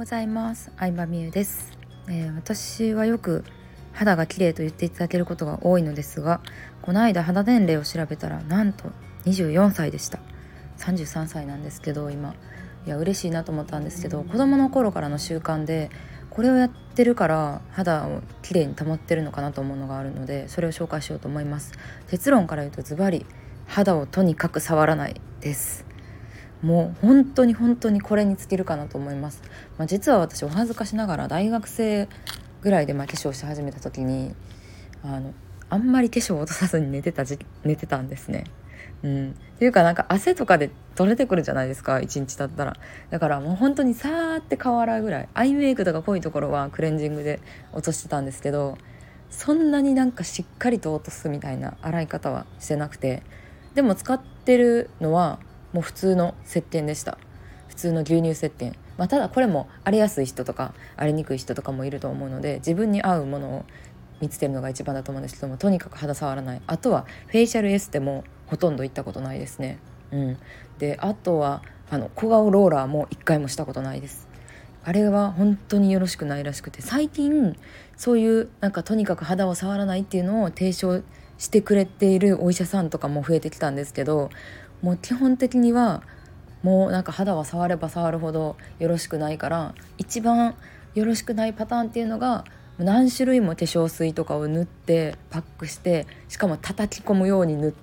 ございます。相葉美優です。私はよく肌が綺麗と言っていただけることが多いのですが、この間肌年齢を調べたらなんと24歳でした。33歳なんですけど今、嬉しいなと思ったんですけど、子供の頃からの習慣でこれをやってるから肌を綺麗に保ってるのかなと思うのがあるので、それを紹介しようと思います。結論から言うとズバリ肌をとにかく触らないです。もう本当にこれに尽きるかなと思います。実は私お恥ずかしながら大学生ぐらいで化粧し始めた時にあんまり化粧を落とさずに寝てたんですね。っていうか汗とかで取れてくるじゃないですか、一日経ったら。だからもう本当にさーって顔洗うぐらい、アイメイクとか濃いところはクレンジングで落としてたんですけど、そんなにしっかりと落とすみたいな洗い方はしてなくて、でも使ってるのはもう普通の石鹸でした。普通の牛乳石鹸。ただこれも荒れやすい人とか荒れにくい人とかもいると思うので、自分に合うものを見つけるのが一番だと思うんですけども、とにかく肌触らない。あとはフェイシャルエステもほとんど行ったことないですね。であとは小顔ローラーも一回もしたことないです。あれは本当によろしくないらしくて、最近そういうとにかく肌を触らないっていうのを提唱してくれているお医者さんとかも増えてきたんですけど、もう基本的にはもう肌は触れば触るほどよろしくないから、一番よろしくないパターンっていうのが、何種類も化粧水とかを塗ってパックして、しかも叩き込むように塗って、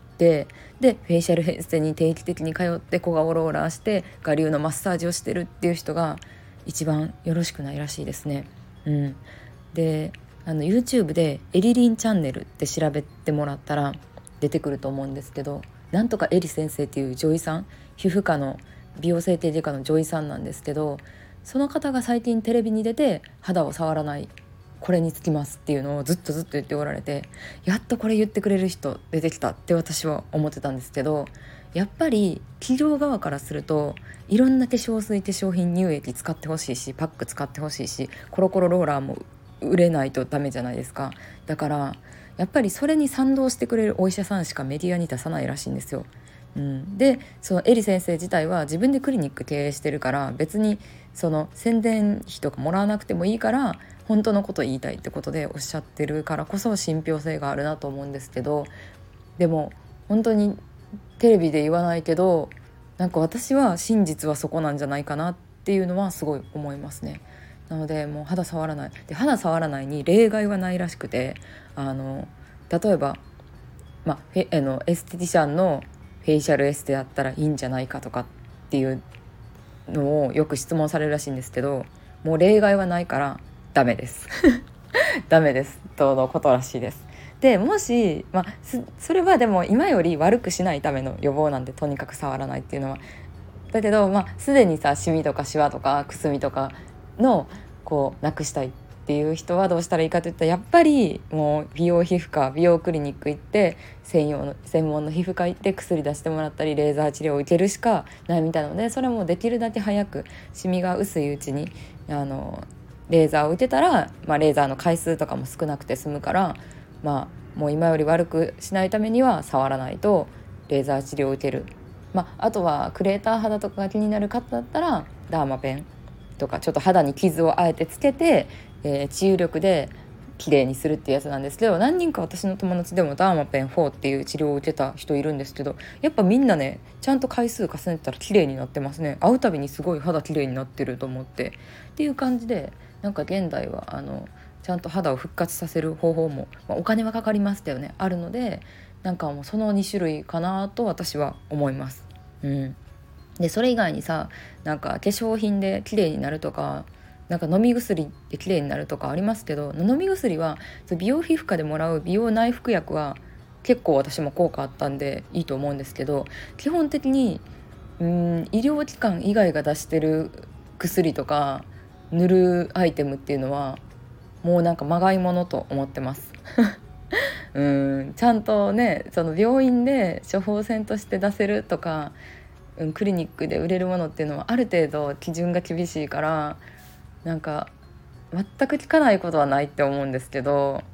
でフェイシャルエステに定期的に通って小顔ローラーして我流のマッサージをしてるっていう人が一番よろしくないらしいですね。でYouTube でエリリンチャンネルって調べてもらったら出てくると思うんですけど、なんとかエリ先生っていう女医さん、皮膚科の美容整形外科の女医さんなんですけど、その方が最近テレビに出て肌を触らない、これにつきますっていうのをずっと言っておられて、やっとこれ言ってくれる人出てきたって私は思ってたんですけど、やっぱり企業側からするといろんな化粧水、化粧品、乳液使ってほしいし、パック使ってほしいし、コロコロローラーも売れないとダメじゃないですか。だからやっぱりそれに賛同してくれるお医者さんしかメディアに出さないらしいんですよ。でそのエリ先生自体は自分でクリニック経営してるから、別にその宣伝費とかもらわなくてもいいから本当のこと言いたいってことでおっしゃってるからこそ信憑性があるなと思うんですけど、でも本当にテレビで言わないけど、私は真実はそこなんじゃないかなっていうのはすごい思いますね。なのでもう肌触らないで、肌触らないに例外はないらしくて、例えば、エステティシャンのフェイシャルエステだったらいいんじゃないかとかっていうのをよく質問されるらしいんですけど、もう例外はないからダメですダメですとのことらしいです。でもし、それはでも今より悪くしないための予防なんで、とにかく触らないっていうのは。だけどすでにさ、シミとかシワとかくすみとかのなくしたいっていう人はどうしたらいいかといったら、やっぱりもう美容皮膚科、美容クリニック行って専門の皮膚科行って薬出してもらったりレーザー治療を受けるしかないみたいなので、それもできるだけ早くシミが薄いうちにレーザーを受けたら、レーザーの回数とかも少なくて済むから、もう今より悪くしないためには触らないとレーザー治療を受ける。あとはクレーター肌とかが気になる方だったらダーマペンとか、ちょっと肌に傷をあえてつけて、治癒力で綺麗にするっていうやつなんですけど、何人か私の友達でもダーマペン4っていう治療を受けた人いるんですけど、やっぱみんなね、ちゃんと回数重ねたら綺麗になってますね。会うたびにすごい肌綺麗になってると思ってっていう感じで、現代はちゃんと肌を復活させる方法も、お金はかかりますけどね、あるので、もうその2種類かなと私は思います。でそれ以外にさ、化粧品で綺麗になるとか、飲み薬で綺麗になるとかありますけど、飲み薬は美容皮膚科でもらう美容内服薬は結構私も効果あったんでいいと思うんですけど、基本的に医療機関以外が出してる薬とか塗るアイテムっていうのはもうまがいものと思ってますちゃんとね、その病院で処方箋として出せるとか、クリニックで売れるものっていうのはある程度基準が厳しいから、全く効かないことはないって思うんですけど、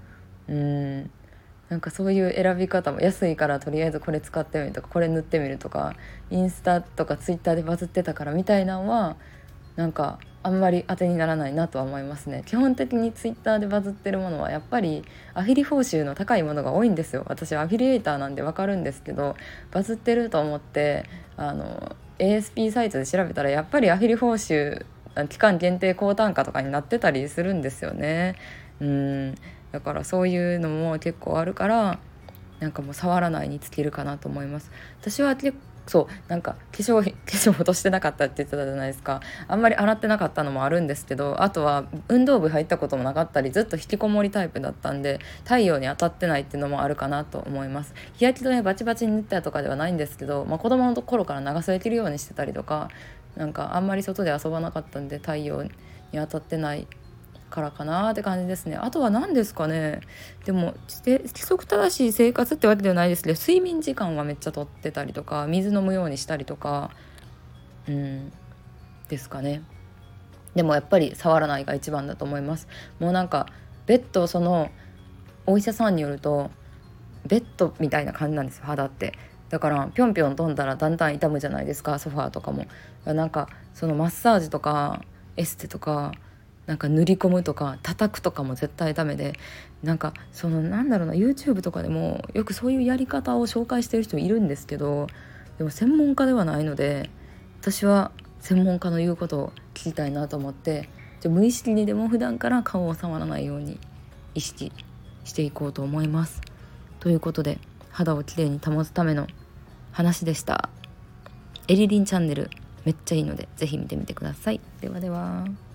そういう選び方も、安いからとりあえずこれ使ってみるとか、これ塗ってみるとか、インスタとかツイッターでバズってたからみたいなのはあんまり当てにならないなとは思いますね。基本的にツイッターでバズってるものはやっぱりアフィリ報酬の高いものが多いんですよ。私はアフィリエイターなんでわかるんですけど、バズってると思ってASP サイトで調べたらやっぱりアフィリ報酬期間限定高単価とかになってたりするんですよね。だからそういうのも結構あるから、なんかもう触らないに尽きるかなと思います。私はそうなんか化粧落としてなかったって言ってたじゃないですか。あんまり洗ってなかったのもあるんですけど、あとは運動部入ったこともなかったりずっと引きこもりタイプだったんで、太陽に当たってないっていうのもあるかなと思います。日焼け止めバチバチに塗ったとかではないんですけど、子供の頃から長袖着るようにしてたりとか、なんかあんまり外で遊ばなかったんで太陽に当たってないからかなって感じですね。あとは何ですかね。でも規則正しい生活ってわけではないですけど、睡眠時間はめっちゃとってたりとか、水飲むようにしたりとか、ですかね。でもやっぱり触らないが一番だと思います。もうなんかベッド、お医者さんによるとベッドみたいな感じなんですよ、肌って。だからぴょんぴょん飛んだらだんだん痛むじゃないですか、ソファーとかも。なんかそのマッサージとかエステとか、なんか塗り込むとか叩くとかも絶対ダメで、なんかなんだろうな、 YouTube とかでもよくそういうやり方を紹介してる人いるんですけど、でも専門家ではないので、私は専門家の言うことを聞きたいなと思って、無意識にでも普段から顔を触らないように意識していこうと思います。ということで、肌をきれいに保つための話でした。エリリンチャンネルめっちゃいいのでぜひ見てみてください。ではでは。